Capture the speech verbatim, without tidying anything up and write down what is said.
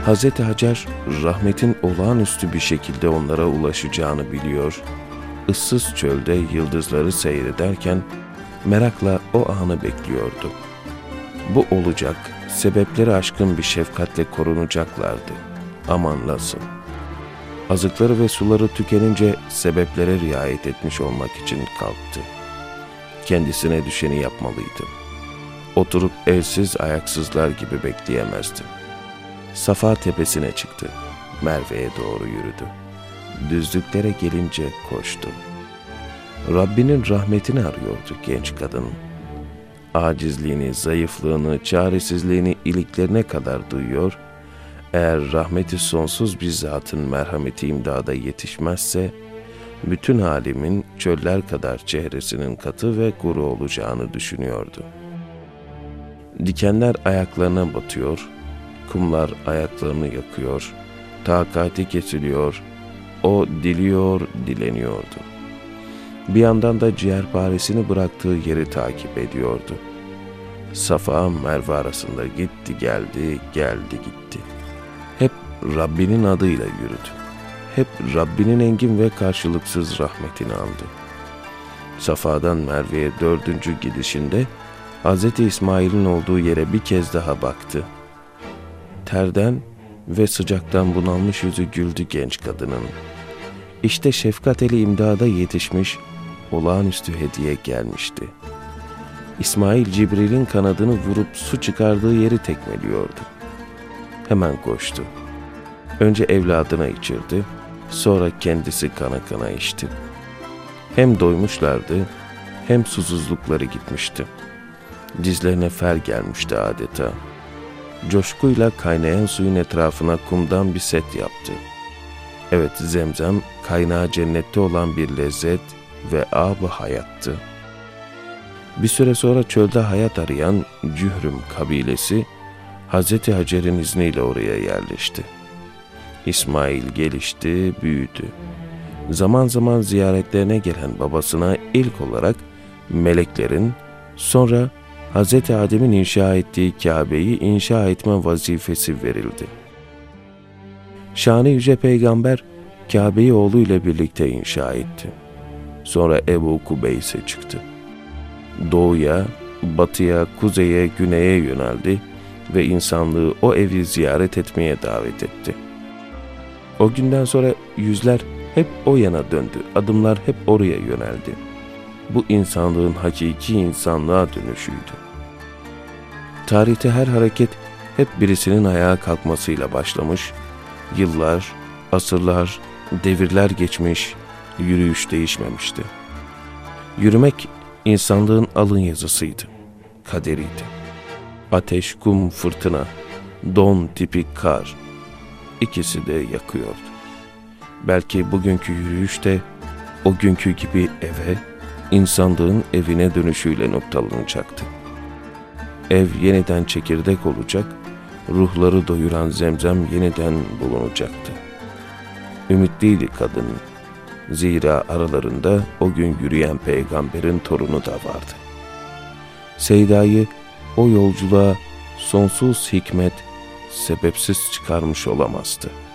Hazreti Hacer, rahmetin olağanüstü bir şekilde onlara ulaşacağını biliyor, ıssız çölde yıldızları seyrederken merakla o anı bekliyordu. Bu olacak, sebepleri aşkın bir şefkatle korunacaklardı. Aman nasıl? Azıkları ve suları tükenince sebeplere riayet etmiş olmak için kalktı. Kendisine düşeni yapmalıydı. Oturup elsiz ayaksızlar gibi bekleyemezdi. Safa tepesine çıktı. Merve'ye doğru yürüdü. Düzlüklere gelince koştu. Rabbinin rahmetini arıyordu genç kadın. Acizliğini, zayıflığını, çaresizliğini iliklerine kadar duyuyor, eğer rahmeti sonsuz bir zatın merhameti imdada yetişmezse, bütün halimin çöller kadar çehresinin katı ve kuru olacağını düşünüyordu. Dikenler ayaklarına batıyor, kumlar ayaklarını yakıyor, takati kesiliyor, o diliyor, dileniyordu. Bir yandan da ciğerparesini bıraktığı yeri takip ediyordu. Safa Merve arasında gitti geldi, geldi gitti. Hep Rabbinin adıyla yürüdü. Hep Rabbinin engin ve karşılıksız rahmetini aldı. Safa'dan Merve'ye dördüncü gidişinde Hazreti İsmail'in olduğu yere bir kez daha baktı. Terden ve sıcaktan bunalmış yüzü güldü genç kadının. İşte şefkat eli imdada yetişmiş, olağanüstü hediye gelmişti. İsmail Cibril'in kanadını vurup su çıkardığı yeri tekmeliyordu. Hemen koştu. Önce evladına içirdi, sonra kendisi kana kana içti. Hem doymuşlardı, hem susuzlukları gitmişti. Dizlerine fel gelmişti adeta. Coşkuyla kaynayan suyun etrafına kumdan bir set yaptı. Evet, Zemzem kaynağı cennette olan bir lezzet ve ab-ı hayattı. Bir süre sonra çölde hayat arayan Cührüm kabilesi Hazreti Hacer'in izniyle oraya yerleşti. İsmail gelişti, büyüdü. Zaman zaman ziyaretlerine gelen babasına ilk olarak meleklerin, sonra Hazreti Adem'in inşa ettiği Kabe'yi inşa etme vazifesi verildi. Şanı Yüce Peygamber Kabe'yi oğluyla birlikte inşa etti. Sonra Ebu Kubeys'e çıktı. Doğuya, batıya, kuzeye, güneye yöneldi ve insanlığı o evi ziyaret etmeye davet etti. O günden sonra yüzler hep o yana döndü, adımlar hep oraya yöneldi. Bu insanlığın hakiki insanlığa dönüşüydü. Tarihte her hareket hep birisinin ayağa kalkmasıyla başlamış, yıllar, asırlar, devirler geçmiş, yürüyüş değişmemişti. Yürümek insanlığın alın yazısıydı, kaderiydi. Ateş, kum, fırtına, don, tipik kar, ikisi de yakıyordu. Belki bugünkü yürüyüş de o günkü gibi eve, insanlığın evine dönüşüyle noktalanacaktı. Ev yeniden çekirdek olacak, ruhları doyuran zemzem yeniden bulunacaktı. Ümitliydi kadın, zira aralarında o gün yürüyen peygamberin torunu da vardı. Seyda'yı o yolculuğa sonsuz hikmet sebepsiz çıkarmış olamazdı.